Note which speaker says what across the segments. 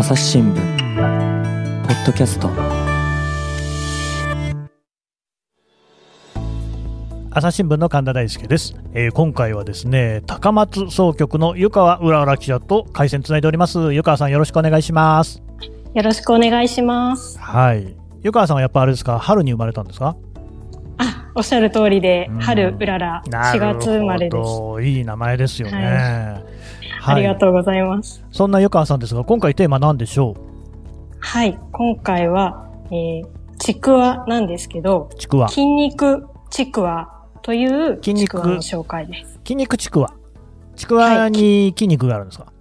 Speaker 1: 朝日新聞ポッドキャスト。
Speaker 2: 朝日新聞の神田大輔です。今回はですね、高松総局の湯川うらうら記者と回線つないでおります。湯川さん、よろしくお願いします。
Speaker 3: よろしくお願いします。
Speaker 2: はい。湯川さんはやっぱあれですか、春に生まれたんですか？
Speaker 3: おっしゃる通りで、春うらら4月生まれです。
Speaker 2: いい名前ですよね。
Speaker 3: はい、ありがとうございます。
Speaker 2: そんな湯川さんですが、今回テーマ何でしょう？
Speaker 3: はい、今回は、ちくわなんですけど、
Speaker 2: ちくわ、
Speaker 3: 筋肉ちくわというちくわの紹介です。
Speaker 2: 筋肉ちくわ。ちくわに筋肉があるんですか？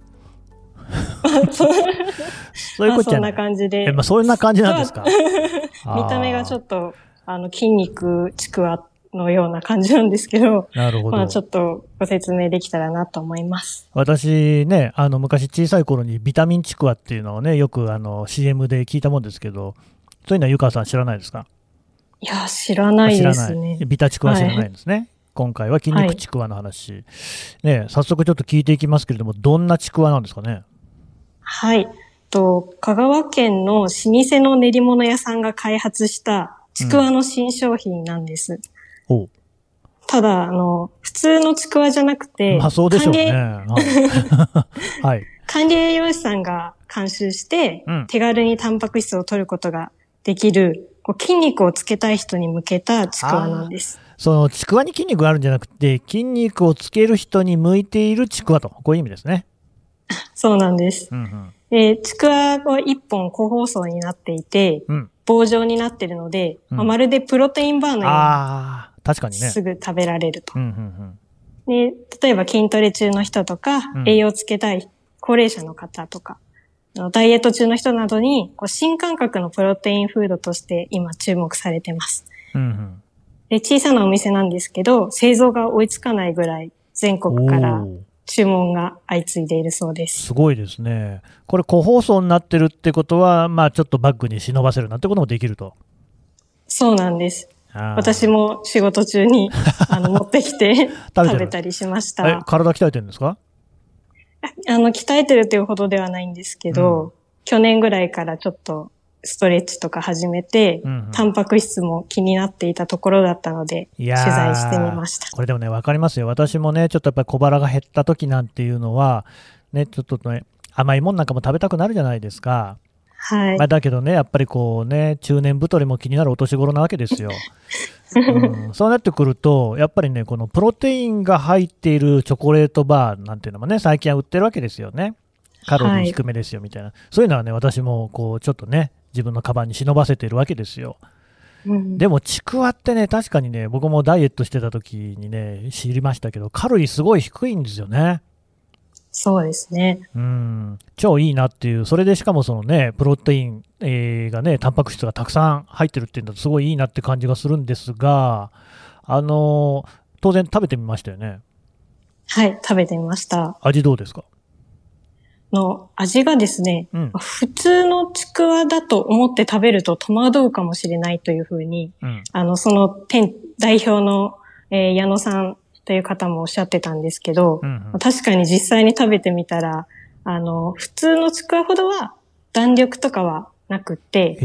Speaker 2: そういうことじゃない。
Speaker 3: そんな感じで。
Speaker 2: そんな感じなんですか？
Speaker 3: 見た目がちょっと筋肉ちくわのような感じなんですけど、
Speaker 2: なるほど。
Speaker 3: ちょっとご説明できたらなと思います。
Speaker 2: 私ね、昔小さい頃にビタミンちくわっていうのをね、よくCM で聞いたもんですけど、そういうのは湯川さん知らないですか？
Speaker 3: いや、知らないですね。
Speaker 2: ビタちくわ知らないんですね。はい、今回は筋肉ちくわの話、ね、早速ちょっと聞いていきますけれども、どんなちくわなんですかね？
Speaker 3: はい。香川県の老舗の練り物屋さんが開発したちくわの新商品なんです。ただ、普通のちくわじゃなくて、
Speaker 2: そうでしょうね。はい。
Speaker 3: 管理栄養士さんが監修して、手軽にタンパク質を取ることができる、筋肉をつけたい人に向けたちくわなんです。
Speaker 2: そのちくわに筋肉があるんじゃなくて、筋肉をつける人に向いているちくわと、こういう意味ですね。
Speaker 3: そうなんです。ちくわは一本個包装になっていて、棒状になっているので、まるでプロテインバーのように、
Speaker 2: 確かにね、
Speaker 3: すぐ食べられると。で、例えば筋トレ中の人とか、栄養つけたい高齢者の方とか、ダイエット中の人などに新感覚のプロテインフードとして今注目されてます。で、小さなお店なんですけど、製造が追いつかないぐらい全国から注文が相次いでいるそうです。
Speaker 2: すごいですね。これ個包装になってるってことは、ちょっとバッグに忍ばせるなんてこともできると。
Speaker 3: そうなんです。私も仕事中に持ってきて食べたりしました。
Speaker 2: 体鍛えてるんですか？
Speaker 3: 鍛えてるというほどではないんですけど、去年ぐらいからちょっとストレッチとか始めて、タンパク質も気になっていたところだったので、取材してみました。
Speaker 2: これでもね、わかりますよ。私もね、ちょっとやっぱり小腹が減った時なんていうのは、ね、ちょっとね、甘いもんなんかも食べたくなるじゃないですか。
Speaker 3: はい。
Speaker 2: だけどね、やっぱり中年太りも気になるお年頃なわけですよ。そうなってくると、やっぱりね、このプロテインが入っているチョコレートバーなんていうのもね、最近は売ってるわけですよね。カロリー低めですよみたいな。そういうのはね、私もちょっとね、自分のカバンに忍ばせているわけですよ。でもちくわってね、確かにね、僕もダイエットしてた時にね、知りましたけど、カロリーすごい低いんですよね。
Speaker 3: そうですね。
Speaker 2: 超いいなっていう、それでしかもそのね、プロテイン、がね、タンパク質がたくさん入ってるっていうんだと、すごいいいなって感じがするんですが、当然食べてみましたよね。
Speaker 3: はい、食べてみました。
Speaker 2: 味どうですか？
Speaker 3: 味がですね、普通のちくわだと思って食べると戸惑うかもしれないというふうに、その代表の、矢野さんという方もおっしゃってたんですけど、確かに実際に食べてみたら、普通のちくわほどは弾力とかはなくって、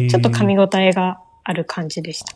Speaker 3: ちょっと噛み応えがある感じでした。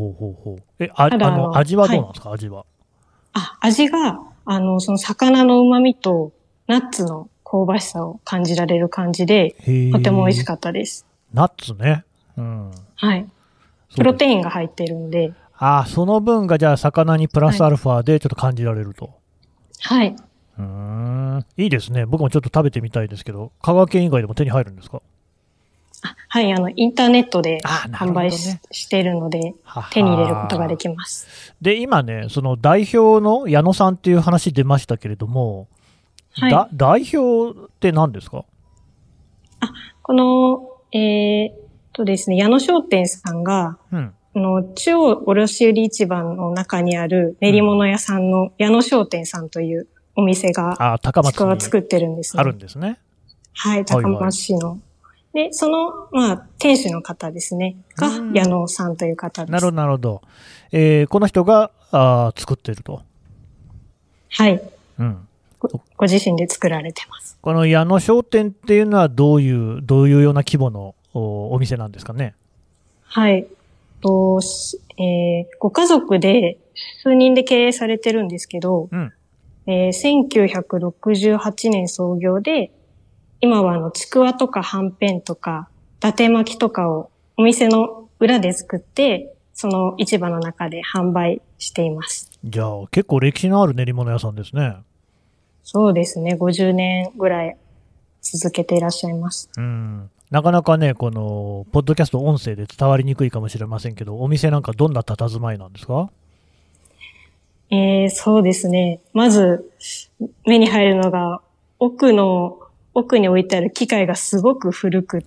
Speaker 2: 味はどうなんですか？味は。
Speaker 3: 味が、その魚の旨味とナッツの香ばしさを感じられる感じで、とても美味しかったです。
Speaker 2: ナッツね。
Speaker 3: はい。プロテインが入っているんで。
Speaker 2: その分がじゃあ魚にプラスアルファでちょっと感じられると。
Speaker 3: はい。
Speaker 2: いいですね。僕もちょっと食べてみたいですけど、香川県以外でも手に入るんですか？
Speaker 3: はい、インターネットで販売しているので、手に入れることができます。
Speaker 2: で、今ね、その代表の矢野さんっていう話出ましたけれども、代表って何ですか？
Speaker 3: この、ですね、矢野商店さんが、中央卸売市場の中にある練り物屋さんの矢野商店さんというお店が、ちくわを作ってるんですね。
Speaker 2: あるんですね。
Speaker 3: はい、高松市の。で、その、店主の方ですね、が矢野さんという方です。
Speaker 2: なるほど、なるほど。この人が作っていると。
Speaker 3: はい。 ご自身で作られてます。
Speaker 2: この矢野商店っていうのはどういうような規模のお店なんですかね。
Speaker 3: はい。ご家族で数人で経営されてるんですけど、1968年創業で、今はちくわとかはんぺんとか、伊達巻きとかをお店の裏で作って、その市場の中で販売しています。
Speaker 2: じゃあ結構歴史のある練り物屋さんですね。
Speaker 3: そうですね。50年ぐらい続けていらっしゃいます。
Speaker 2: なかなかね、このポッドキャスト音声で伝わりにくいかもしれませんけど、お店なんかどんな佇まいなんですか？
Speaker 3: そうですね。まず目に入るのが奥に置いてある機械がすごく古くって、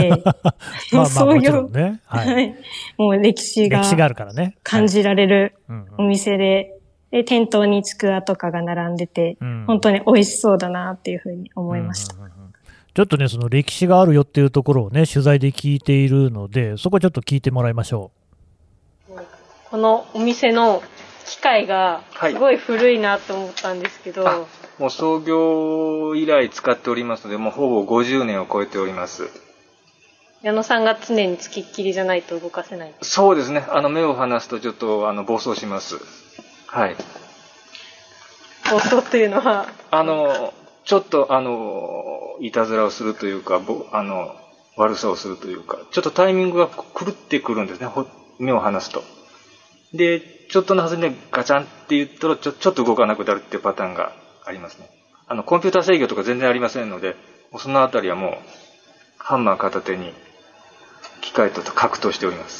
Speaker 2: もちろんね。
Speaker 3: はい。もう歴史が
Speaker 2: あるからね。
Speaker 3: 感じられるお店で、店頭にちくわとかが並んでて、本当に美味しそうだなっていうふうに思いました。
Speaker 2: ちょっとね、その歴史があるよっていうところをね、取材で聞いているので、そこちょっと聞いてもらいましょ
Speaker 4: う。このお店の機械がすごい古いなと思ったんですけど、
Speaker 5: もう創業以来使っておりますので、もうほぼ50年を超えております。
Speaker 4: 矢野さんが常につきっきりじゃないと動かせない？
Speaker 5: そうですね。目を離すとちょっと暴走します。はい。
Speaker 4: 暴走というのは
Speaker 5: ちょっといたずらをするというか、悪さをするというか、ちょっとタイミングが狂ってくるんですね。目を離すと。で、ちょっとのはずにね、ガチャンって言ったらちょっと動かなくなるっていうパターンがありますね。コンピューター制御とか全然ありませんので、そのあたりはもう、ハンマー片手に、機械と格闘しております。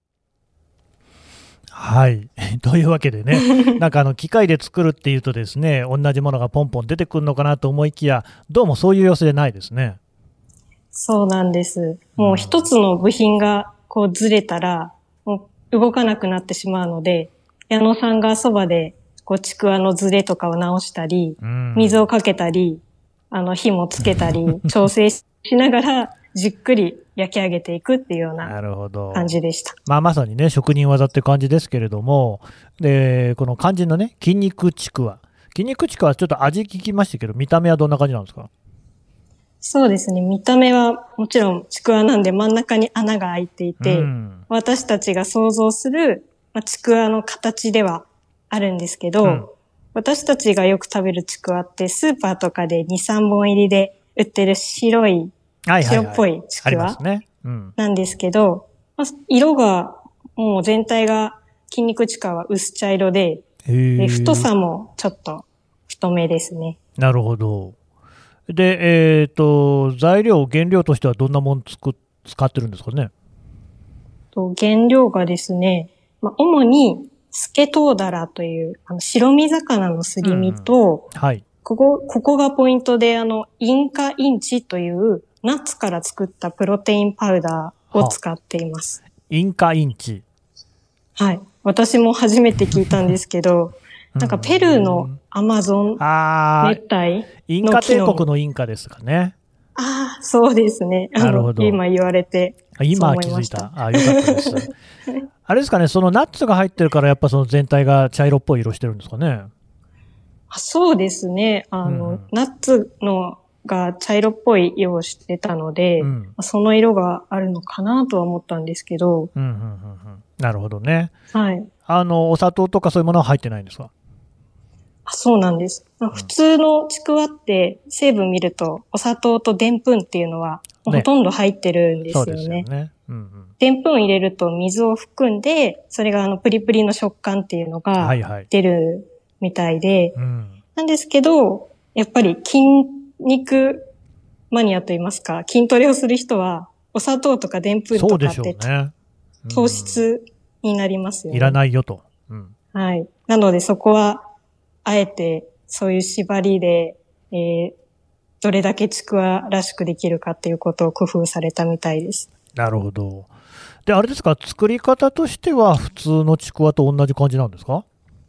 Speaker 2: はい。というわけでね、なんか機械で作るっていうとですね、同じものがポンポン出てくるのかなと思いきや、どうもそういう様子でないですね。
Speaker 3: そうなんです。もう一つの部品がこうずれたら、もう動かなくなってしまうので、矢野さんがそばで、ちくわのずれとかを直したり、水をかけたり、火もつけたり、調整しながら、じっくり焼き上げていくっていうような感じでした。
Speaker 2: まさにね、職人技って感じですけれども、で、この肝心のね、筋肉ちくわ。筋肉ちくわはちょっと味聞きましたけど、見た目はどんな感じなんですか？
Speaker 3: そうですね。見た目はもちろんちくわなんで真ん中に穴が開いていて、私たちが想像する、ちくわの形ではあるんですけど、私たちがよく食べるちくわってスーパーとかで2、3本入りで売ってる白っぽいちくわなんですけど、色がもう全体が筋肉ちくわは薄茶色で、太さもちょっと太めですね。
Speaker 2: なるほど。で、原料としてはどんなもの使ってるんですかね？
Speaker 3: 原料がですね、主にスケトウダラという白身魚のすり身と、ここがポイントでインカインチというナッツから作ったプロテインパウダーを使っています。
Speaker 2: インカインチ。
Speaker 3: はい。私も初めて聞いたんですけど、なんかペルーのアマゾン熱帯
Speaker 2: インカ帝国のインカですかね。
Speaker 3: そうですね。
Speaker 2: なるほど。
Speaker 3: 今言われて。
Speaker 2: 今気づいた。よかったです。あれですかね、そのナッツが入ってるからやっぱその全体が茶色っぽい色してるんですかね。
Speaker 3: そうですね。ナッツが茶色っぽい色をしてたので、その色があるのかなとは思ったんですけど。
Speaker 2: なるほどね。
Speaker 3: はい。
Speaker 2: お砂糖とかそういうものは入ってないんですか？
Speaker 3: そうなんです。普通のちくわって成分見るとお砂糖とでんぷんっていうのはほとんど入ってるんですよね。そうですよね。でんぷんを入れると水を含んで、それがプリプリの食感っていうのが出るみたいで、なんですけど、やっぱり筋肉マニアといいますか、筋トレをする人はお砂糖とかでんぷんとかって糖質になりますよね。
Speaker 2: いらないよと。
Speaker 3: はい。なのでそこはあえてそういう縛りで、どれだけちくわらしくできるかっていうことを工夫されたみたいです。
Speaker 2: なるほど。で、あれですか、作り方としては普通のちくわと同じ感じなんですか？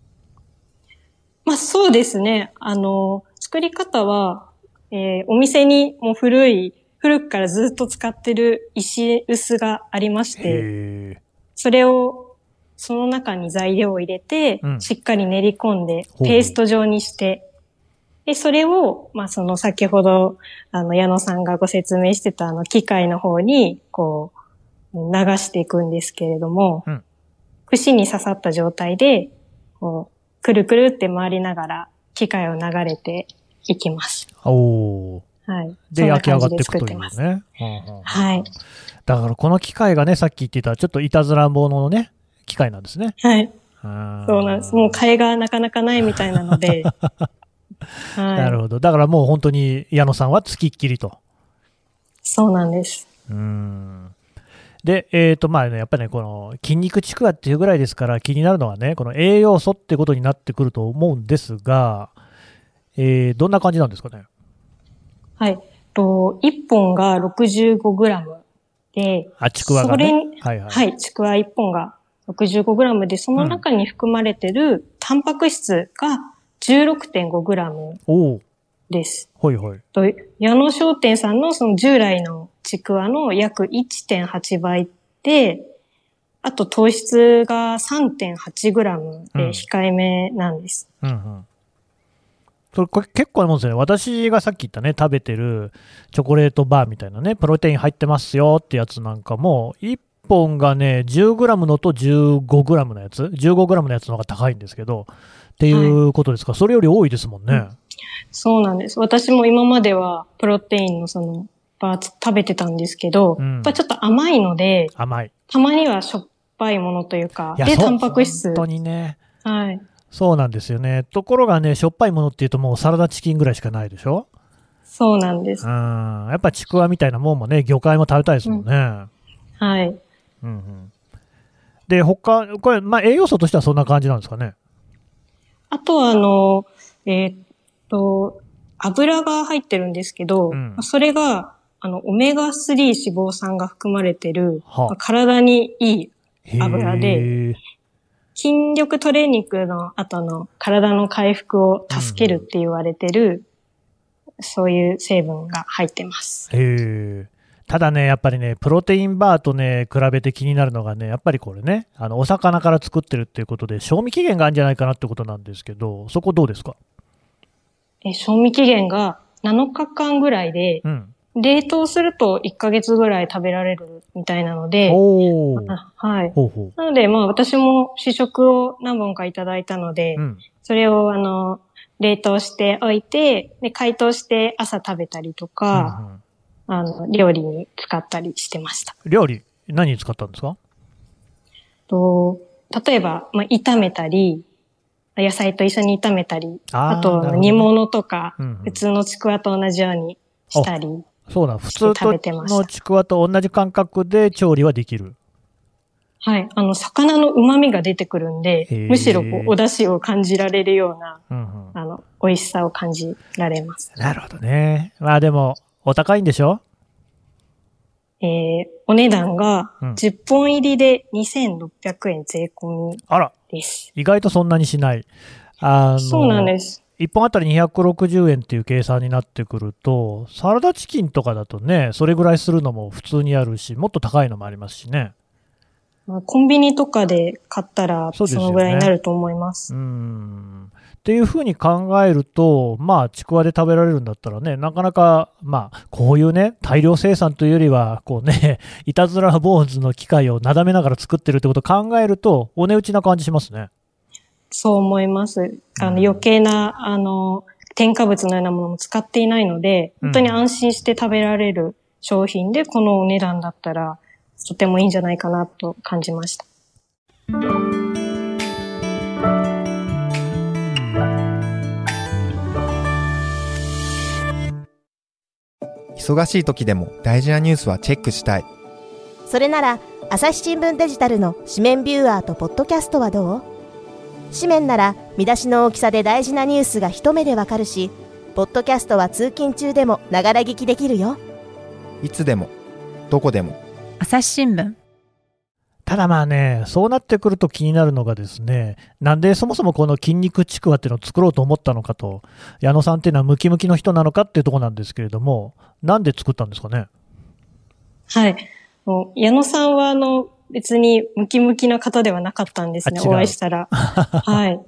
Speaker 3: そうですね。作り方は、お店にもう古くからずっと使ってる石臼がありまして、それをその中に材料を入れて、しっかり練り込んで、ペースト状にして、 で、それを、その先ほど、矢野さんがご説明してた機械の方に、こう、流していくんですけれども、串に刺さった状態で、こう、くるくるって回りながら、機械を流れていきます。
Speaker 2: おー。
Speaker 3: はい。
Speaker 2: で、焼き上がっていくというね。
Speaker 3: はい。
Speaker 2: だからこの機械がね、さっき言ってた、ちょっといたずら者のね、機械なんですね。
Speaker 3: はい。そうなんです。もう替えがなかなかないみたいなので。
Speaker 2: はい、なるほど。だからもう本当に矢野さんはつきっきりと。
Speaker 3: そうなんです。
Speaker 2: で、まあね、やっぱりね、この筋肉ちくわっていうぐらいですから気になるのはね、この栄養素ってことになってくると思うんですが、どんな感じなんですかね。
Speaker 3: はい。1本が 65g で、
Speaker 2: ちくわがね。
Speaker 3: はい、ちくわ1本が 65g で、その中に含まれてるタンパク質が 16.5g です。
Speaker 2: はいはい。
Speaker 3: 矢野商店さんのその従来のちくわの約 1.8 倍で、あと糖質が 3.8g で控えめなんです。
Speaker 2: これ結構ありますよね。私がさっき言ったね、食べてるチョコレートバーみたいなね、プロテイン入ってますよってやつなんかも、1本がね、10g のと 15g のやつ、15g のやつの方が高いんですけど、っていうことですか。それより多いですもんね。
Speaker 3: そうなんです。私も今まではプロテインのそのバーツ食べてたんですけど、やっぱちょっと甘いので、たまにはしょっぱいものというか、で、タンパク質。
Speaker 2: 本当にね。
Speaker 3: はい。
Speaker 2: そうなんですよね。ところがね、しょっぱいものっていうともうサラダチキンぐらいしかないでしょ。
Speaker 3: そうなんです。
Speaker 2: やっぱちくわみたいなもんもね、魚介も食べたいですもんね。
Speaker 3: はい。
Speaker 2: で、これ、栄養素としてはそんな感じなんですかね。
Speaker 3: あとは油が入ってるんですけど、それが、オメガ3脂肪酸が含まれてる、体にいい油で、筋力トレーニングの後の体の回復を助けるって言われてる、そういう成分が入ってます。
Speaker 2: ただね、やっぱりね、プロテインバーとね、比べて気になるのがね、やっぱりこれね、お魚から作ってるっていうことで、賞味期限があるんじゃないかなってことなんですけど、そこどうですか？
Speaker 3: 賞味期限が7日間ぐらいで、冷凍すると1ヶ月ぐらい食べられるみたいなので、はい。なので、私も試食を何本かいただいたので、それを冷凍しておいて、で、解凍して朝食べたりとか、料理に使ったりしてました。
Speaker 2: 料理何に使ったんですか？
Speaker 3: 例えば、炒めたり、野菜と一緒に炒めたり、あと煮物とか、普通のちくわと同じようにしたり。
Speaker 2: そうだ、普通のちくわと同じ感覚で調理はできる。
Speaker 3: はい。魚の旨味が出てくるんで、むしろお出汁を感じられるような、美味しさを感じられます。
Speaker 2: なるほどね。でも、お高いんでしょ？
Speaker 3: お値段が10本入りで2600円税込みです。
Speaker 2: あら、意外とそんなにしない。
Speaker 3: そうなんです。
Speaker 2: 1本あたり260円っていう計算になってくると、サラダチキンとかだとね、それぐらいするのも普通にあるし、もっと高いのもありますしね。
Speaker 3: コンビニとかで買ったら、そのぐらいになると思います。
Speaker 2: っていうふうに考えると、ちくわで食べられるんだったらね、なかなか、こういうね、大量生産というよりは、こうね、いたずら坊主の機械をなだめながら作ってるってことを考えると、お値打ちな感じしますね。
Speaker 3: そう思います。余計な、添加物のようなものも使っていないので、本当に安心して食べられる商品で、このお値段だったら、とてもいいんじゃないかなと感じました。
Speaker 6: 忙しい時でも大事なニュースはチェックしたい。
Speaker 7: それなら、朝日新聞デジタルの紙面ビューアーとポッドキャストはどう？紙面なら見出しの大きさで大事なニュースが一目でわかるし、ポッドキャストは通勤中でもながら聞きできるよ。
Speaker 6: いつでもどこでも
Speaker 8: 朝日新聞。
Speaker 2: ただね、そうなってくると気になるのがですね、なんでそもそもこの筋肉ちくわっていうのを作ろうと思ったのかと、矢野さんっていうのはムキムキの人なのかっていうところなんですけれども、なんで作ったんですかね？
Speaker 3: はい。矢野さんは別にムキムキな方ではなかったんですね、お会いしたら。はい。
Speaker 2: はい。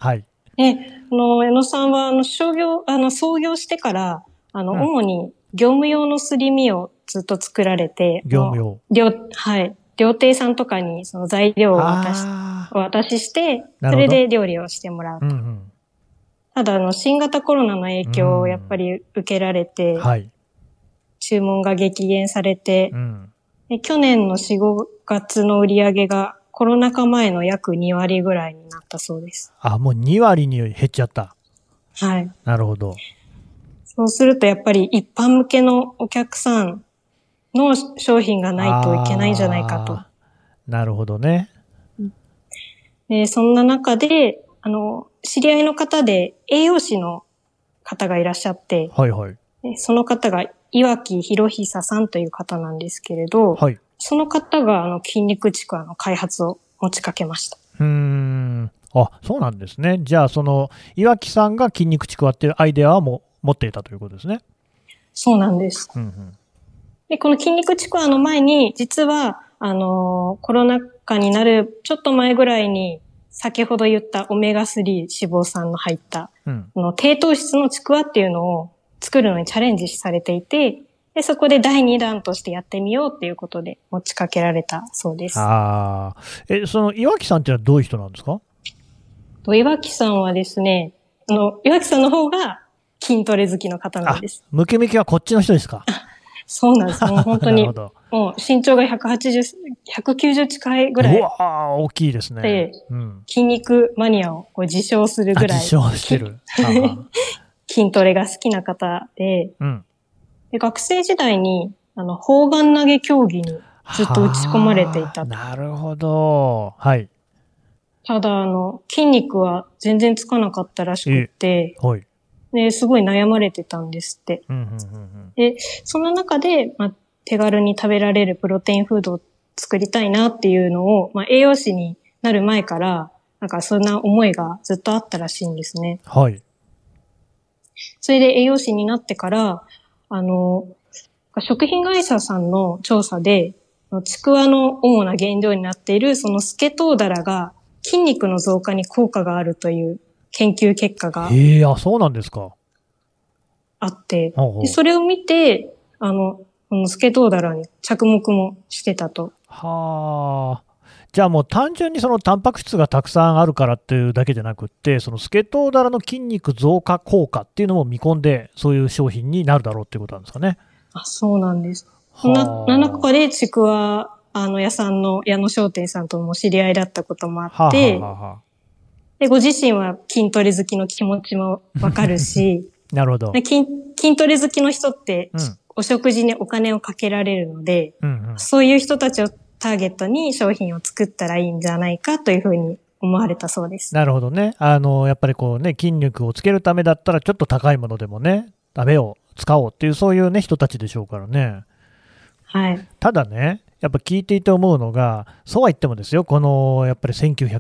Speaker 3: 矢野さんは、創業してから、主に業務用のすり身をずっと作られて、
Speaker 2: 業務用。
Speaker 3: はい。料亭さんとかにその材料をお渡しして、それで料理をしてもらうと。ただ、新型コロナの影響をやっぱり受けられて、はい、注文が激減されて、去年の4、5月の売り上げがコロナ禍前の約2割ぐらいになったそうです。
Speaker 2: もう2割に減っちゃった。
Speaker 3: はい。
Speaker 2: なるほど。
Speaker 3: そうするとやっぱり一般向けのお客さんの商品がないといけないんじゃないかと。
Speaker 2: なるほどね。
Speaker 3: そんな中で、知り合いの方で栄養士の方がいらっしゃって、
Speaker 2: はいはい。
Speaker 3: その方が岩木博久さんという方なんですけれど、はい、その方が筋肉ちくわの開発を持ちかけました。
Speaker 2: そうなんですね。じゃあその岩木さんが筋肉ちくわっていうアイデアは持っていたということですね。
Speaker 3: そうなんです。で、この筋肉ちくわの前に、実は、コロナ禍になるちょっと前ぐらいに、先ほど言ったオメガ3脂肪酸の入った、低糖質のちくわっていうのを作るのにチャレンジされていて、で、そこで第2弾としてやってみようっていうことで持ちかけられたそうです。
Speaker 2: その岩木さんってのはどういう人なんですか？
Speaker 3: 岩木さんはですね、岩木さんの方が筋トレ好きの方なんです。
Speaker 2: ムキムキはこっちの人ですか？
Speaker 3: そうなんです。もう本当に、もう身長が190近いぐらい。
Speaker 2: うわー、大きいですね。
Speaker 3: で、筋肉マニアを自称するぐらい。
Speaker 2: 自称してる。
Speaker 3: 筋トレが好きな方で、で学生時代に、砲丸投げ競技にずっと打ち込まれていた。
Speaker 2: なるほど。はい。
Speaker 3: ただ、筋肉は全然つかなかったらしくって、はい。で、すごい悩まれてたんですって。で、その中で、手軽に食べられるプロテインフードを作りたいなっていうのを、栄養士になる前から、なんかそんな思いがずっとあったらしいんですね。
Speaker 2: はい。
Speaker 3: それで栄養士になってから、食品会社さんの調査で、ちくわの主な原料になっている、そのスケトウダラが筋肉の増加に効果があるという研究結果が。
Speaker 2: そうなんですか。
Speaker 3: あって、でそれを見て、このスケトウダラに着目もしてたと。
Speaker 2: じゃあもう単純にそのタンパク質がたくさんあるからっていうだけじゃなくって、そのスケトウダラの筋肉増加効果っていうのも見込んで、そういう商品になるだろうっていうことなんですかね。
Speaker 3: そうなんです。中でちくわ屋さんの矢野商店さんとも知り合いだったこともあって、でご自身は筋トレ好きの気持ちもわかるし、
Speaker 2: なるほど。
Speaker 3: 筋トレ好きの人って、お食事にお金をかけられるので、そういう人たちをターゲットに商品を作ったらいいんじゃないかというふうに思われたそうです。
Speaker 2: なるほどね。やっぱりこうね、筋肉をつけるためだったらちょっと高いものでもね、使おうっていうそういうね、人たちでしょうからね。
Speaker 3: はい。
Speaker 2: ただね、やっぱ聞いていて思うのが、そうは言ってもですよ、やっぱり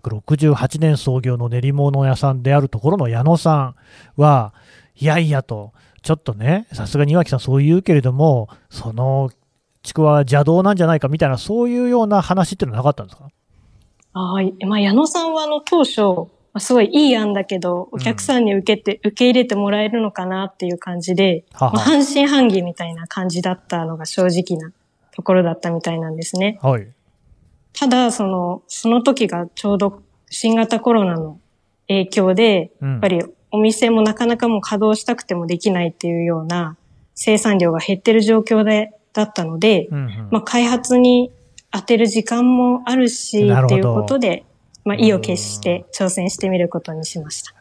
Speaker 2: 1968年創業の練り物屋さんであるところの矢野さんは、いやいやと、ちょっとね、さすがに岩木さんそう言うけれども、そのちくわは邪道なんじゃないかみたいな、そういうような話っていうのはなかったんですか？
Speaker 3: 矢野さんは当初、すごいいい案だけど、お客さんに受け入れてもらえるのかなっていう感じで、半信半疑みたいな感じだったのが正直なところだったみたいなんですね。
Speaker 2: はい。
Speaker 3: ただ、その時がちょうど新型コロナの影響で、やっぱりお店もなかなかもう稼働したくてもできないっていうような生産量が減ってる状況だったので、開発に当てる時間もあるし、っていうことで、意を決して挑戦してみることにしました。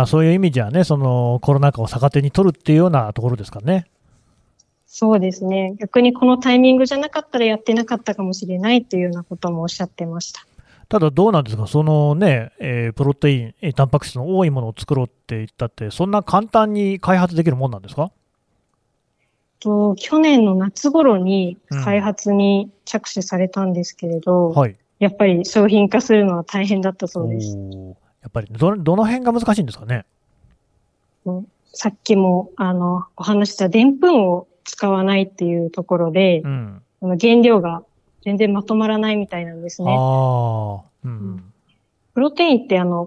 Speaker 2: そういう意味じゃね、そのコロナ禍を逆手に取るっていうようなところですかね。
Speaker 3: そうですね。逆にこのタイミングじゃなかったらやってなかったかもしれないっていうようなこともおっしゃってました。
Speaker 2: ただどうなんですか、そのね、プロテイン、タンパク質の多いものを作ろうって言ったって、そんな簡単に開発できるもんなんですか？
Speaker 3: 去年の夏頃に開発に着手されたんですけれど、やっぱり商品化するのは大変だったそうです。
Speaker 2: やっぱりどの辺が難しいんですかね？
Speaker 3: さっきもお話したでんぷんを使わないっていうところで、原料が全然まとまらないみたいなんですね。プロテインって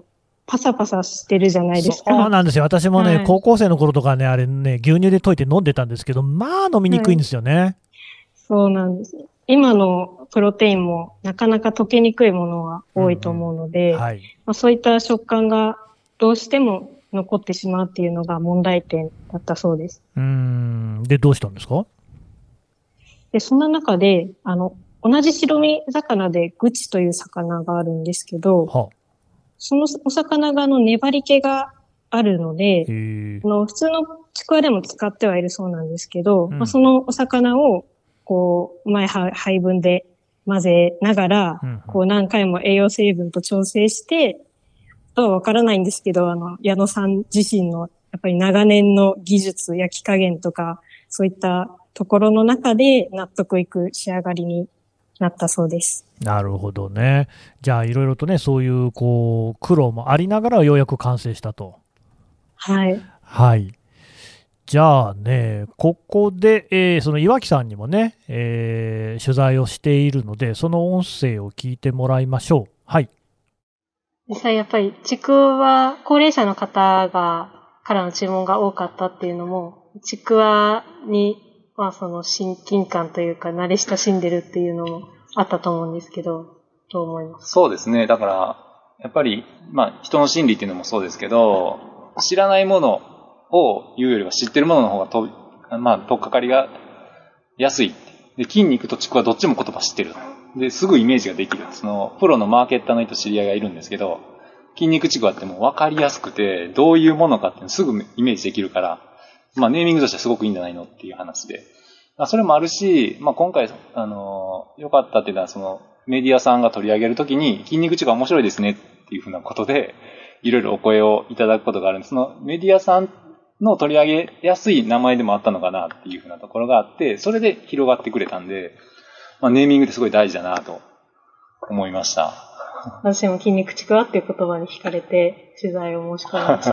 Speaker 3: パサパサしてるじゃないですか。
Speaker 2: そうなんですよ。私もね、はい、高校生の頃とかね、あれね、牛乳で溶いて飲んでたんですけど、まあ飲みにくいんですよね。はい、
Speaker 3: そうなんです。今のプロテインもなかなか溶けにくいものが多いと思うので、はい、そういった食感がどうしても残ってしまうっていうのが問題点だったそうです。
Speaker 2: で、どうしたんですか？
Speaker 3: で、そんな中で、同じ白身魚でグチという魚があるんですけど、はあ、そのお魚が粘り気があるので、普通のちくわでも使ってはいるそうなんですけど、そのお魚をこう、配分で混ぜながら、こう何回も栄養成分と調整して、とはわからないんですけど、矢野さん自身のやっぱり長年の技術、焼き加減とか、そういったところの中で納得いく仕上がりになったそうです。
Speaker 2: なるほどね。じゃあいろいろとね、そういうこう苦労もありながらようやく完成したと。
Speaker 3: はい。
Speaker 2: はい。じゃあね、ここで、その岩木さんにもね、取材をしているので、その音声を聞いてもらいましょう。はい。
Speaker 4: 実際やっぱりちくわは高齢者の方からの注文が多かったっていうのも、ちくわにその親近感というか慣れ親しんでるっていうのもあったと思うんですけど、どう思いますか？
Speaker 8: そうですね。だから、やっぱり、人の心理っていうのもそうですけど、知らないものを言うよりは知ってるものの方が取っかかりが安い。で、筋肉とちくわどっちも言葉知ってる。で、すぐイメージができる。プロのマーケッターの人知り合いがいるんですけど、筋肉ちくわってもう分かりやすくて、どういうものかってすぐイメージできるから、ネーミングとしてはすごくいいんじゃないのっていう話で。それもあるし、今回、良かったっていうのは、メディアさんが取り上げるときに、筋肉ちくわ面白いですねっていうふうなことで、いろいろお声をいただくことがあるんです。そのメディアさんの取り上げやすい名前でもあったのかなっていうふうなところがあって、それで広がってくれたんで、ネーミングってすごい大事だなと思いました。
Speaker 4: 私も筋肉ちくわっていう言葉に惹かれて取材を申し込みました。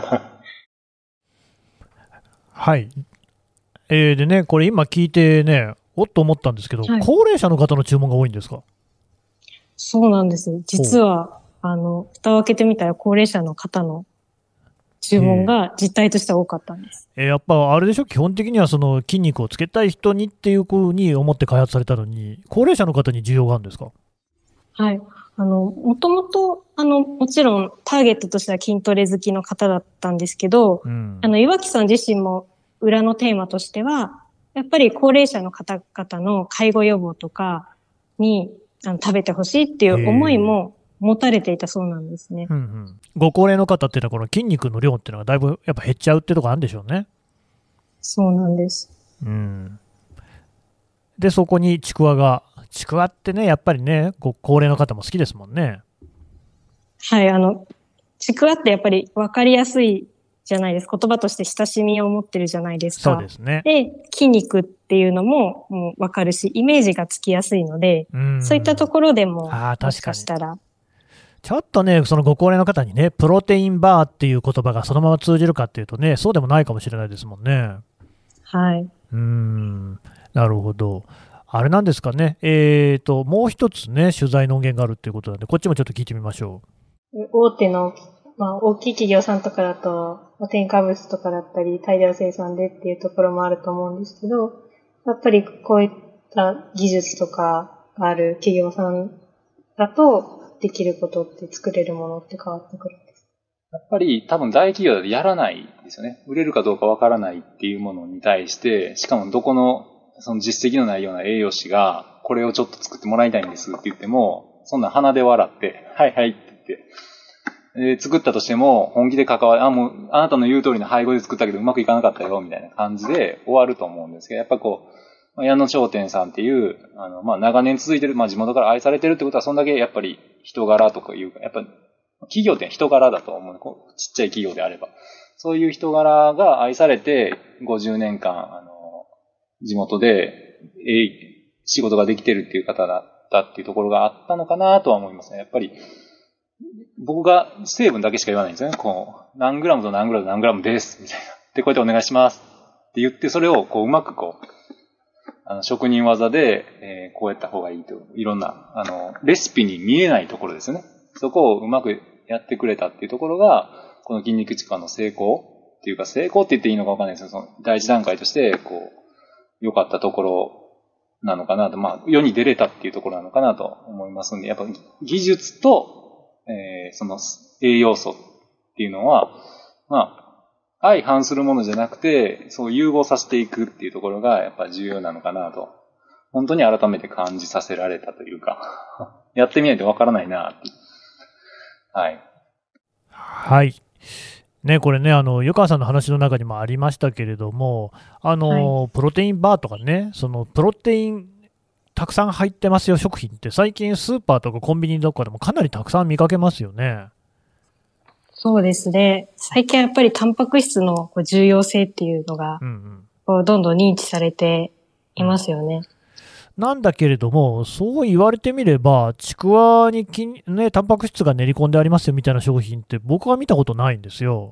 Speaker 2: はい。でね、これ今聞いてね、おっと思ったんですけど、はい、高齢者の方の注文が多いんですか？
Speaker 3: そうなんです。実は、蓋を開けてみたら高齢者の方の注文が実態としては多かったんです。
Speaker 2: やっぱあれでしょ、基本的にはその筋肉をつけたい人にっていうふうに思って開発されたのに、高齢者の方に需要があるんですか？
Speaker 3: はい。もともと、もちろんターゲットとしては筋トレ好きの方だったんですけど、岩木さん自身も裏のテーマとしては、やっぱり高齢者の方々の介護予防とかに食べてほしいっていう思いも持たれていたそうなんですね。
Speaker 2: ご高齢の方っていうのはこの筋肉の量っていうのがだいぶやっぱ減っちゃうってとこあるんでしょうね。
Speaker 3: そうなんです。
Speaker 2: で、そこにちくわってね、やっぱりね、高齢の方も好きですもんね。
Speaker 3: はい、ちくわってやっぱり分かりやすいじゃないですか。言葉として親しみを持ってるじゃないですか。
Speaker 2: そうですね。
Speaker 3: で、筋肉っていうのももう分かるし、イメージがつきやすいので、そういったところでも、もしかしたら。
Speaker 2: ちょっとね、そのご高齢の方にね、プロテインバーっていう言葉がそのまま通じるかっていうとね、そうでもないかもしれないですもんね。
Speaker 3: はい。
Speaker 2: なるほど。あれなんですかね、もう一つね、取材の音源があるっていうことなんで、こっちもちょっと聞いてみましょ
Speaker 4: う。大手の、大きい企業さんとかだと、添加物とかだったり、大量生産でっていうところもあると思うんですけど、やっぱりこういった技術とかがある企業さんだと、できることって作れるものって変わってくるんです。
Speaker 8: やっぱり多分大企業でやらないですよね。売れるかどうかわからないっていうものに対して、しかもどこのその実績のないような栄養士が、これをちょっと作ってもらいたいんですって言っても、そんな鼻で笑って、はいはいって言って、作ったとしても、本気で関わる、もう、あなたの言う通りの配合で作ったけどうまくいかなかったよ、みたいな感じで終わると思うんですけど、やっぱ矢野商店さんっていう、長年続いてる、地元から愛されてるってことは、そんだけやっぱり人柄とかいうか、やっぱ企業って人柄だと思う。ちっちゃい企業であれば。そういう人柄が愛されて、50年間、地元で、仕事ができてるっていう方だったっていうところがあったのかなとは思いますね。やっぱり、僕が成分だけしか言わないんですよね。何グラムと何グラムと何グラムです、みたいな。で、こうやってお願いしますって言って、それをうまく職人技で、こうやった方がいいと、いろんな、レシピに見えないところですよね。そこをうまくやってくれたっていうところが、この筋肉ちくわの成功っていうか、成功って言っていいのかわかんないですけど、その第一段階として、良かったところなのかなと、世に出れたっていうところなのかなと思いますんで、やっぱ技術と、その栄養素っていうのは、相反するものじゃなくて、そう融合させていくっていうところがやっぱ重要なのかなと、本当に改めて感じさせられたというか、やってみないとわからないなって。はい。
Speaker 2: はい。ね、これね、湯川さんの話の中にもありましたけれども、プロテインバーとかね、そのプロテインたくさん入ってますよ食品って最近スーパーとかコンビニとかでもかなりたくさん見かけますよね。
Speaker 3: そうですね。最近やっぱりタンパク質の重要性っていうのが、どんどん認知されていますよね。
Speaker 2: なんだけれども、そう言われてみれば、ちくわにタンパク質が練り込んでありますよみたいな商品って僕は見たことないんですよ。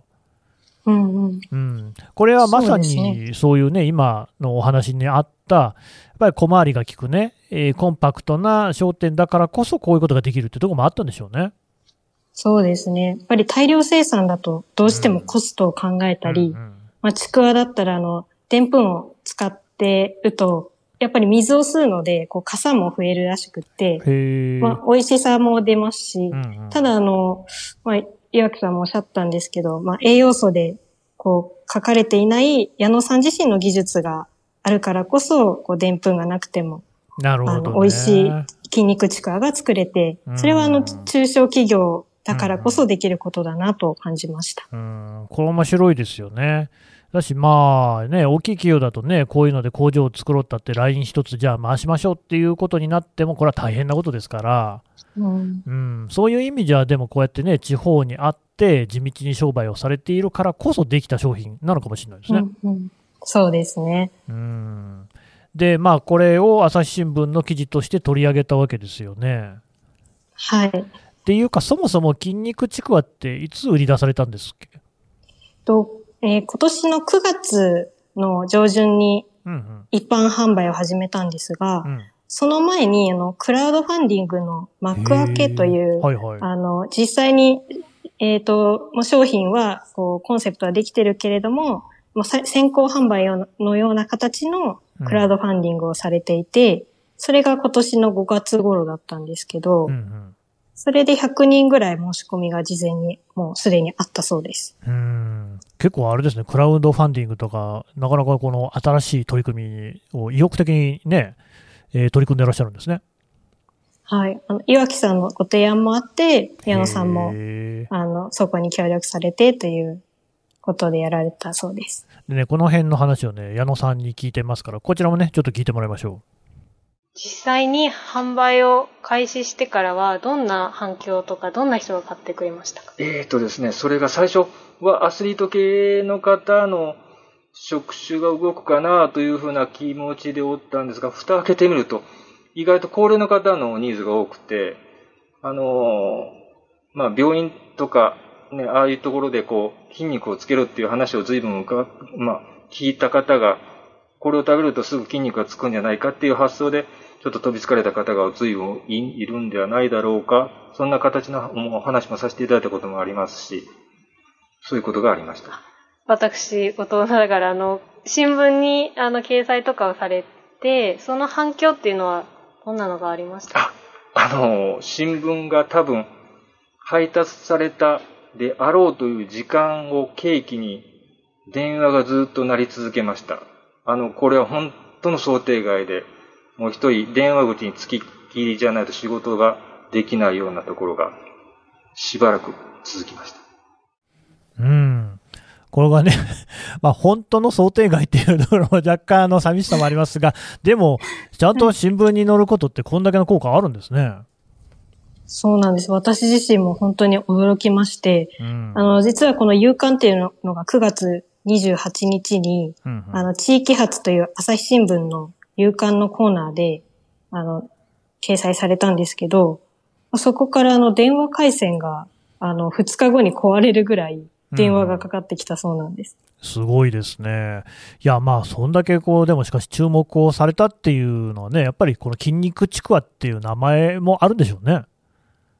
Speaker 2: これはまさにそういうね、今のお話にあった、やっぱり小回りが利くね、コンパクトな商店だからこそこういうことができるってところもあったんでしょうね。
Speaker 3: そうですね。やっぱり大量生産だとどうしてもコストを考えたり、ちくわだったらでんぷんを使ってると、やっぱり水を吸うので、傘も増えるらしくって、美味しさも出ますし、ただ岩木さんもおっしゃったんですけど、栄養素で書かれていない矢野さん自身の技術があるからこそ、でんぷんがなくても、
Speaker 2: なるほどね、
Speaker 3: 美味しい筋肉ちくわが作れて、それは中小企業だからこそできることだなと感じました。
Speaker 2: これ面白いですよね。だし大きい企業だとね、こういうので工場を作ろうったってライン一つじゃあ回しましょうっていうことになっても、これは大変なことですから、そういう意味じゃ、でもこうやってね、地方にあって地道に商売をされているからこそできた商品なのかもしれないですね。
Speaker 3: そうですね。
Speaker 2: で、これを朝日新聞の記事として取り上げたわけですよね。
Speaker 3: はい。
Speaker 2: っていうか、そもそも筋肉ちくわっていつ売り出されたんですっけ？
Speaker 3: 今年の9月の上旬に一般販売を始めたんですが、その前にクラウドファンディングの幕開けという、実際に、もう商品はコンセプトはできてるけれども、先行販売のような形のクラウドファンディングをされていて、それが今年の5月頃だったんですけど、それで100人ぐらい申し込みが事前にもうすでにあったそうです。
Speaker 2: 結構あれですね、クラウドファンディングとか、なかなかこの新しい取り組みを意欲的にね、取り組んでいらっしゃるんですね。
Speaker 3: はい。岩木さんのご提案もあって、矢野さんも、そこに協力されてということでやられたそうです。
Speaker 2: でね、この辺の話をね、矢野さんに聞いてますから、こちらもね、ちょっと聞いてもらいましょう。
Speaker 4: 実際に販売を開始してからは、どんな反響とか、どんな人が買ってくれましたか？
Speaker 5: ですね、それが最初はアスリート系の方の職種が動くかなというふうな気持ちでおったんですが、蓋を開けてみると、意外と高齢の方のニーズが多くて、病院とか、ね、ああいうところで筋肉をつけるっていう話を随分聞いた方が、これを食べるとすぐ筋肉がつくんじゃないかっていう発想で、ちょっと飛びつかれた方が随分いるんではないだろうか。そんな形のお話もさせていただいたこともありますし、そういうことがありました。
Speaker 4: 私、ご当ながら、新聞に、掲載とかをされて、その反響っていうのは、どんなのがありました？
Speaker 5: 新聞が多分、配達されたであろうという時間を契機に、電話がずっと鳴り続けました。これは本当の想定外で、もう一人電話口につきっきりじゃないと仕事ができないようなところがしばらく続きました。
Speaker 2: これがね、本当の想定外っていうところも若干寂しさもありますが、でも、ちゃんと新聞に載ることってこんだけの効果あるんですね。
Speaker 3: そうなんです。私自身も本当に驚きまして、実はこの夕刊っていうのが9月28日に、地域発という朝日新聞の夕刊のコーナーで、掲載されたんですけど、そこから電話回線が、2日後に壊れるぐらい電話がかかってきたそうなんです。
Speaker 2: すごいですね。いや、そんだけでもしかし注目をされたっていうのはね、やっぱりこの筋肉ちくわっていう名前もあるんでしょうね。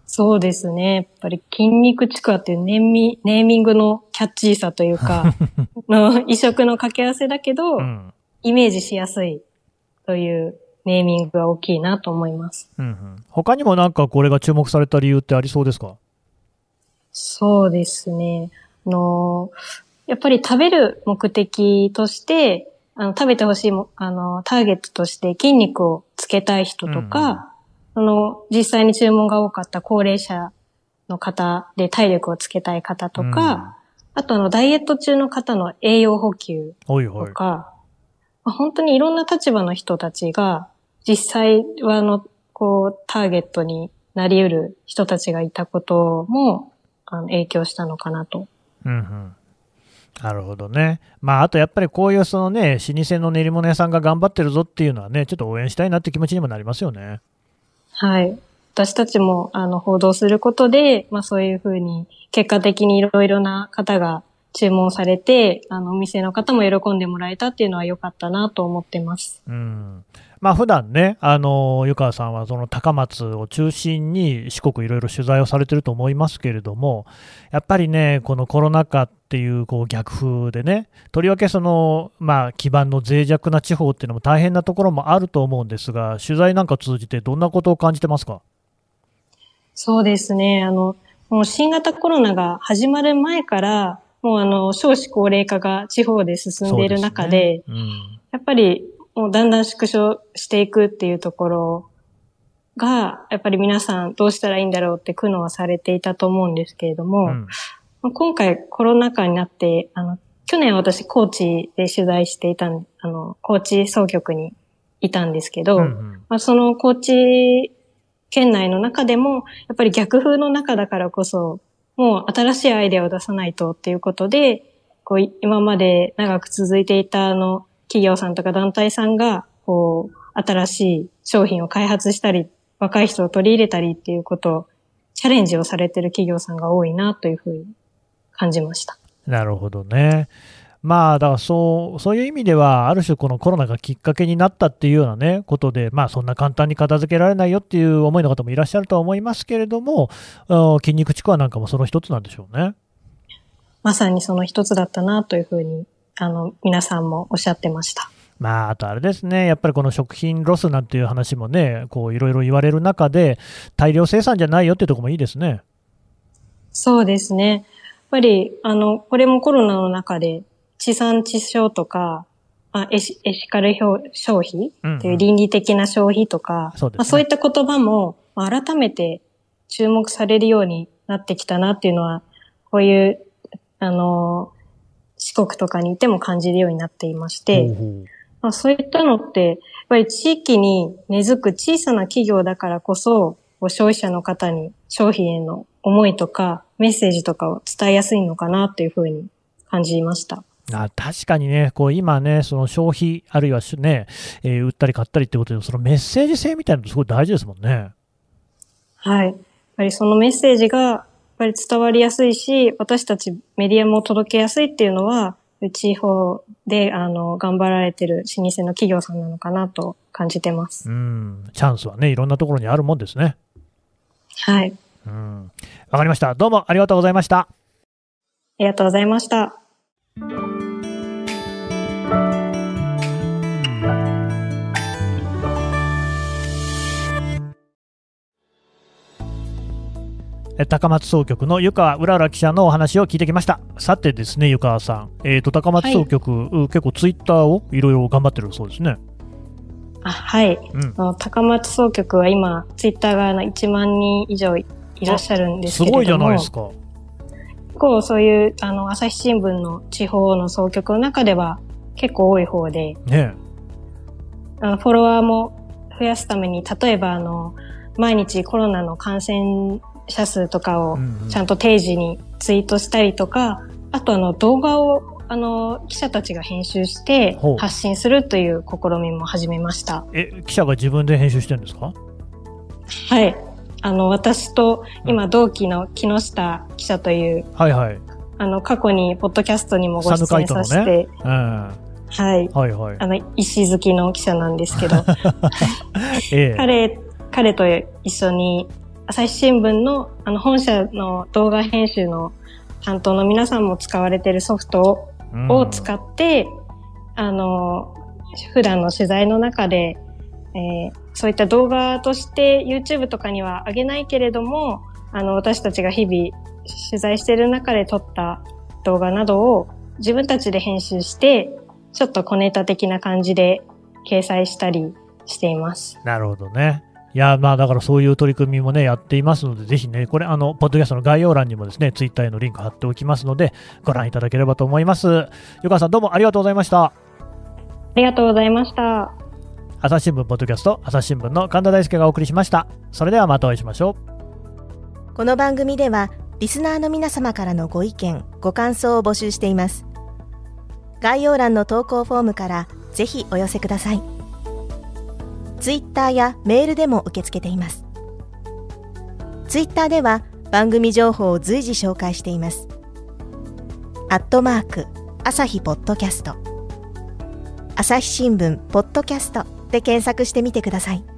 Speaker 3: そうですね。やっぱり筋肉ちくわっていうネーミングのキャッチーさというか、異色の掛け合わせだけど、イメージしやすいというネーミングが大きいなと思います。
Speaker 2: 他にもなんかこれが注目された理由ってありそうですか？
Speaker 3: そうですね。やっぱり食べる目的として、食べてほしいターゲットとして筋肉をつけたい人とか、実際に注文が多かった高齢者の方で体力をつけたい方とか、あとダイエット中の方の栄養補給とか、本当にいろんな立場の人たちが、実際はターゲットになり得る人たちがいたことも、影響したのかなと。
Speaker 2: なるほどね。あとやっぱりこういう老舗の練り物屋さんが頑張ってるぞっていうのはね、ちょっと応援したいなって気持ちにもなりますよね。
Speaker 3: はい。私たちも、報道することで、そういうふうに、結果的にいろいろな方が注文されて、お店の方も喜んでもらえたっていうのは良かったなと思ってます。
Speaker 2: 普段ね、湯川さんはその高松を中心に四国いろいろ取材をされてると思いますけれども、やっぱりね、このコロナ禍っていう逆風でね、とりわけ基盤の脆弱な地方っていうのも大変なところもあると思うんですが、取材なんか通じてどんなことを感じてますか？
Speaker 3: そうですね。もう新型コロナが始まる前から、もう少子高齢化が地方で進んでいる中で、やっぱりもうだんだん縮小していくっていうところが、やっぱり皆さんどうしたらいいんだろうって苦悩はされていたと思うんですけれども、今回コロナ禍になって、去年私高知で取材していた、高知総局にいたんですけど、その高知県内の中でも、やっぱり逆風の中だからこそ、もう新しいアイデアを出さないとっていうことで、今まで長く続いていた企業さんとか団体さんが、新しい商品を開発したり、若い人を取り入れたりっていうことを、チャレンジをされている企業さんが多いなというふうに感じました。
Speaker 2: なるほどね。だからそういう意味では、ある種このコロナがきっかけになったっていうようなね、ことで、そんな簡単に片付けられないよっていう思いの方もいらっしゃるとは思いますけれども、筋肉ちくわなんかもその一つなんでしょうね。
Speaker 3: まさにその一つだったなというふうに、皆さんもおっしゃってました。
Speaker 2: あとあれですね、やっぱりこの食品ロスなんていう話もね、いろいろ言われる中で、大量生産じゃないよっていうところもいいですね。
Speaker 3: そうですね。やっぱり、これもコロナの中で、地産地消とか、エシカル消費という倫理的な消費とか、そういった言葉も改めて注目されるようになってきたなっていうのは、こういう、四国とかにいても感じるようになっていまして、そういったのって、やっぱり地域に根付く小さな企業だからこそ、消費者の方に商品への思いとかメッセージとかを伝えやすいのかなというふうに感じました。
Speaker 2: 確かにね、今ね、その消費、あるいはね、売ったり買ったりってことで、そのメッセージ性みたいなのすごい大事ですもんね。
Speaker 3: はい。やっぱりそのメッセージが、やっぱり伝わりやすいし、私たちメディアも届けやすいっていうのは、地方で、頑張られてる老舗の企業さんなのかなと感じてます。
Speaker 2: チャンスはね、いろんなところにあるもんですね。
Speaker 3: はい。
Speaker 2: わかりました。どうもありがとうございました。あ
Speaker 3: りがとうございました。
Speaker 2: 高松総局の湯川うらら記者のお話を聞いてきました。さてですね、湯川さん、高松総局、結構ツイッターをいろいろ頑張ってるそうですね。
Speaker 3: はい。高松総局は今、ツイッターが1万人以上いらっしゃるんですけれども。
Speaker 2: すごいじゃないですか。
Speaker 3: 結構そういう、朝日新聞の地方の総局の中では結構多い方で、
Speaker 2: ね、
Speaker 3: フォロワーも増やすために、例えば毎日コロナの感染者数とかをちゃんと定時にツイートしたりとか、あと動画を記者たちが編集して発信するという試みも始めました。
Speaker 2: 記者が自分で編集してるんですか？
Speaker 3: はい。私と今同期の木下記者という、過去にポッドキャストにもご出演させて、石好きの記者なんですけど、彼と一緒に朝日新聞の本社の動画編集の担当の皆さんも使われているソフトを使って、普段の取材の中で、そういった動画として YouTube とかには上げないけれども、私たちが日々取材している中で撮った動画などを自分たちで編集して、ちょっと小ネタ的な感じで掲載したりしています。
Speaker 2: なるほどね。いや、だからそういう取り組みもね、やっていますので、ぜひね、これ、ポッドキャストの概要欄にもですね、ツイッターへのリンク貼っておきますので、ご覧いただければと思います。湯川さん、どうもありがとうございました。
Speaker 3: ありがとうございました。
Speaker 2: 朝日新聞ポッドキャスト、朝日新聞の神田大輔がお送りしました。それではまたお会いしましょ
Speaker 7: う。この番組では、リスナーの皆様からのご意見、ご感想を募集しています。概要欄の投稿フォームからぜひお寄せください。ツイッターやメールでも受け付けています。ツイッターでは番組情報を随時紹介しています。@朝日ポッドキャスト、朝日新聞ポッドキャストで検索してみてください。